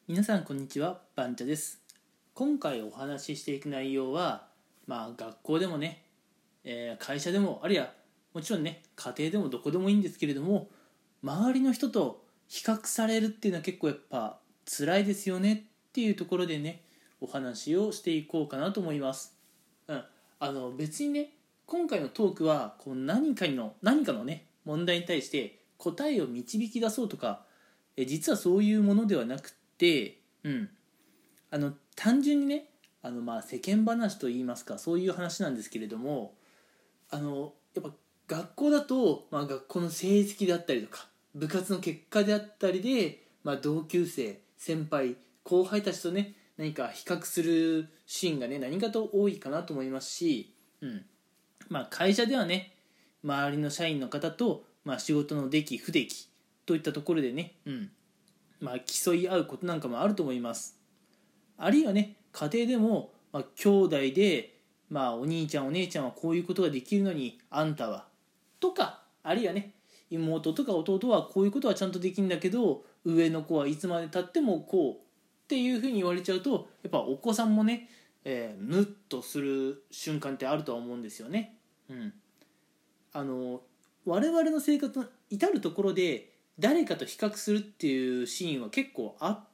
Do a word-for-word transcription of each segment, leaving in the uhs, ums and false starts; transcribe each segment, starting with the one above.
皆さんこんにちは、バンチャです。今回お話ししていく内容は、まあ学校でもね、えー会社でも、あるいはもちろんね、家庭でもどこでもいいんですけれども、周りの人と比較されるっていうのは結構やっぱ辛いですよねっていうところでね、お話をしていこうかなと思います。うん、あの別にね、今回のトークはこう何かの何かのね問題に対して答えを導き出そうとか、え実はそういうものではなくて、うん、あの単純にね、あのまあ世間話といいますか、そういう話なんですけれども、あのやっぱ学校だと、まあ、学校の成績であったりとか部活の結果であったりで、まあ、同級生先輩後輩たちとね何か比較するシーンがね何かと多いかなと思いますし、うんまあ、会社ではね周りの社員の方と、まあ、仕事の出来不出来といったところでね、うんまあ、競い合うことなんかもあると思います。あるいはね家庭でも、まあ、兄弟で、まあ、お兄ちゃんお姉ちゃんはこういうことができるのにあんたはとか、あるいはね妹とか弟はこういうことはちゃんとできるんだけど上の子はいつまでたってもこうっていうふうに言われちゃうと、やっぱお子さんもね、えー、ムッとする瞬間ってあるとは思うんですよね。うん、あの我々の生活の至るところで誰かと比較するっていうシーンは結構あって、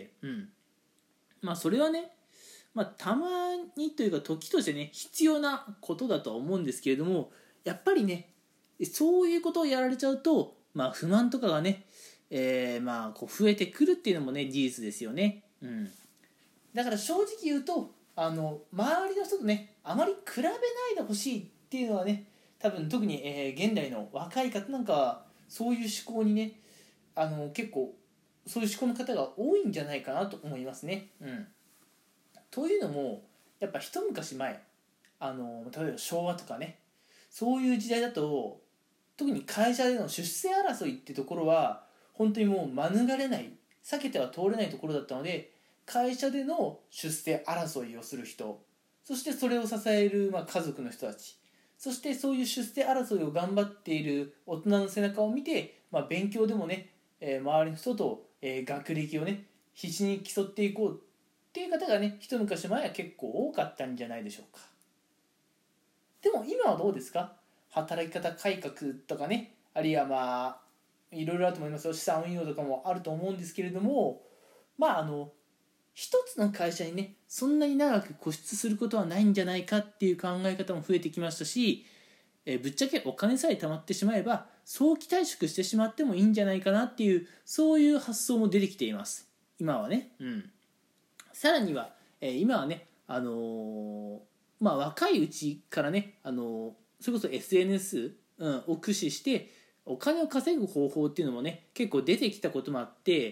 うんまあそれはね、まあ、たまにというか時としてね必要なことだとは思うんですけれども、やっぱりねそういうことをやられちゃうと、まあ、不満とかがね、えー、まあこう増えてくるっていうのもね事実ですよね。うん、だから正直言うと、あの周りの人とねあまり比べないでほしいっていうのはね、多分特に、えー現代の若い方なんかはそういう思考にね、あの結構そういう思考の方が多いんじゃないかなと思いますね。うん、というのもやっぱ一昔前、あの例えば昭和とかね、そういう時代だと特に会社での出世争いってところは本当にもう免れない、避けては通れないところだったので、会社での出世争いをする人、そしてそれを支える、まあ、家族の人たち、そしてそういう出世争いを頑張っている大人の背中を見て、まあ、勉強でもね、えー周りの人と、えー学歴をね必死に競っていこうっていう方がね一昔前は結構多かったんじゃないでしょうか。でも今はどうですか？働き方改革とかね、あるいはまあいろいろあると思いますよ。資産運用とかもあると思うんですけれども、まああの一つの会社にねそんなに長く固執することはないんじゃないかっていう考え方も増えてきましたし、えぶっちゃけお金さえ貯まってしまえば早期退職してしまってもいいんじゃないかなっていう、そういう発想も出てきています今はね。うん、さらには、えー今はね、あのーまあ、若いうちからね、あのーそれこそ エスエヌエス、うん、を駆使してお金を稼ぐ方法っていうのもね結構出てきたこともあって、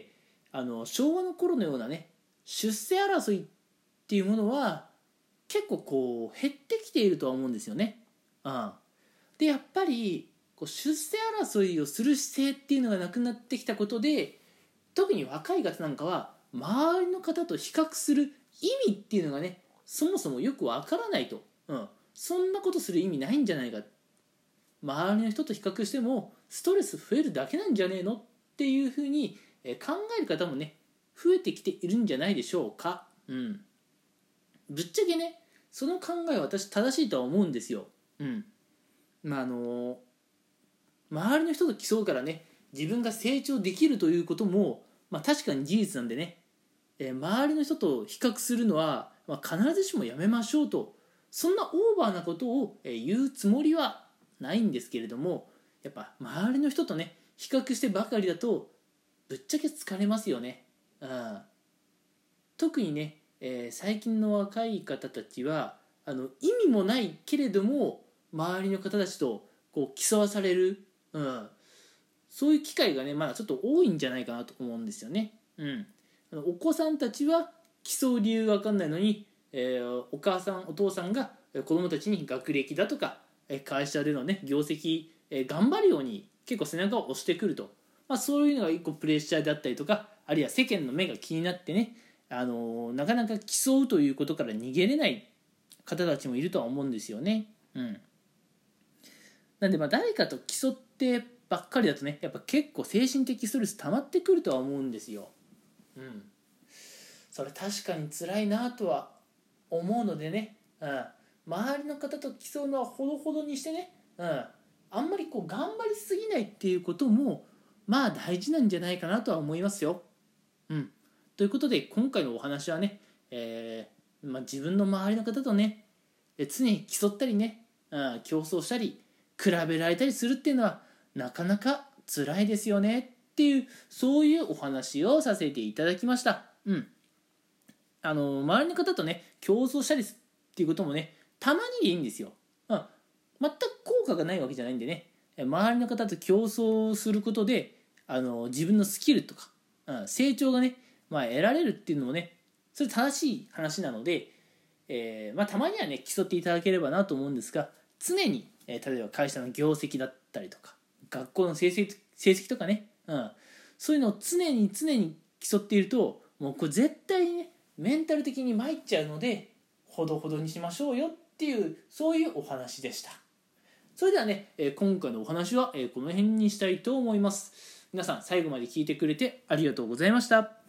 あの昭和の頃のようなね出世争いっていうものは結構こう減ってきているとは思うんですよね。うん、でやっぱりこう出世争いをする姿勢っていうのがなくなってきたことで、特に若い方なんかは周りの方と比較する意味っていうのがねそもそもよくわからないと、うん、そんなことする意味ないんじゃないか、周りの人と比較してもストレス増えるだけなんじゃねえのっていうふうに考える方もね増えてきているんじゃないでしょうか。うん、ぶっちゃけねその考えは私正しいとは思うんですよ。うんまああの周りの人と競うからね自分が成長できるということも、まあ、確かに事実なんでね、えー周りの人と比較するのは、まあ、必ずしもやめましょうと、そんなオーバーなことを、えー言うつもりはないんですけれども、やっぱ周りの人とね比較してばかりだとぶっちゃけ疲れますよね。うん、特にね、えー最近の若い方たちはあの意味もないけれども周りの方たちとこう競わされる、うん、そういう機会がねまだちょっと多いんじゃないかなと思うんですよね。うん、あのお子さんたちは競う理由が分かんないのに、えーお母さんお父さんがえー子供たちに学歴だとかえー会社でのね業績、えー頑張るように結構背中を押してくると、まあ、そういうのが一個プレッシャーであったりとか、あるいは世間の目が気になってね、あのーなかなか競うということから逃げれない方たちもいるとは思うんですよね。うん、なんでまあ誰かと競ってばっかりだとねやっぱ結構精神的ストレス溜まってくるとは思うんですよ。うんそれ確かに辛いなとは思うのでね、うん、周りの方と競うのはほどほどにしてね、うん、あんまりこう頑張りすぎないっていうこともまあ大事なんじゃないかなとは思いますよ。うん、ということで今回のお話はね、えーまあ、自分の周りの方とね常に競ったりね、うん、競争したり比べられたりするっていうのはなかなか辛いですよねっていう、そういうお話をさせていただきました。うん、あの周りの方とね競争したりっていうこともねたまにでいいんですよ。うん、全く効果がないわけじゃないんでね、周りの方と競争することであの自分のスキルとか、うん、成長がね、まあ、得られるっていうのもねそれ正しい話なので、えーまあ、たまにはね競っていただければなと思うんですが、常に、えー、例えば会社の業績だったりとか学校の成績、成績とかね、うん、そういうのを常に常に競っているともうこれ絶対にねメンタル的に参っちゃうので、ほどほどにしましょうよっていう、そういうお話でした。それではね、えー、今回のお話は、えー、この辺にしたいと思います。皆さん最後まで聞いてくれてありがとうございました。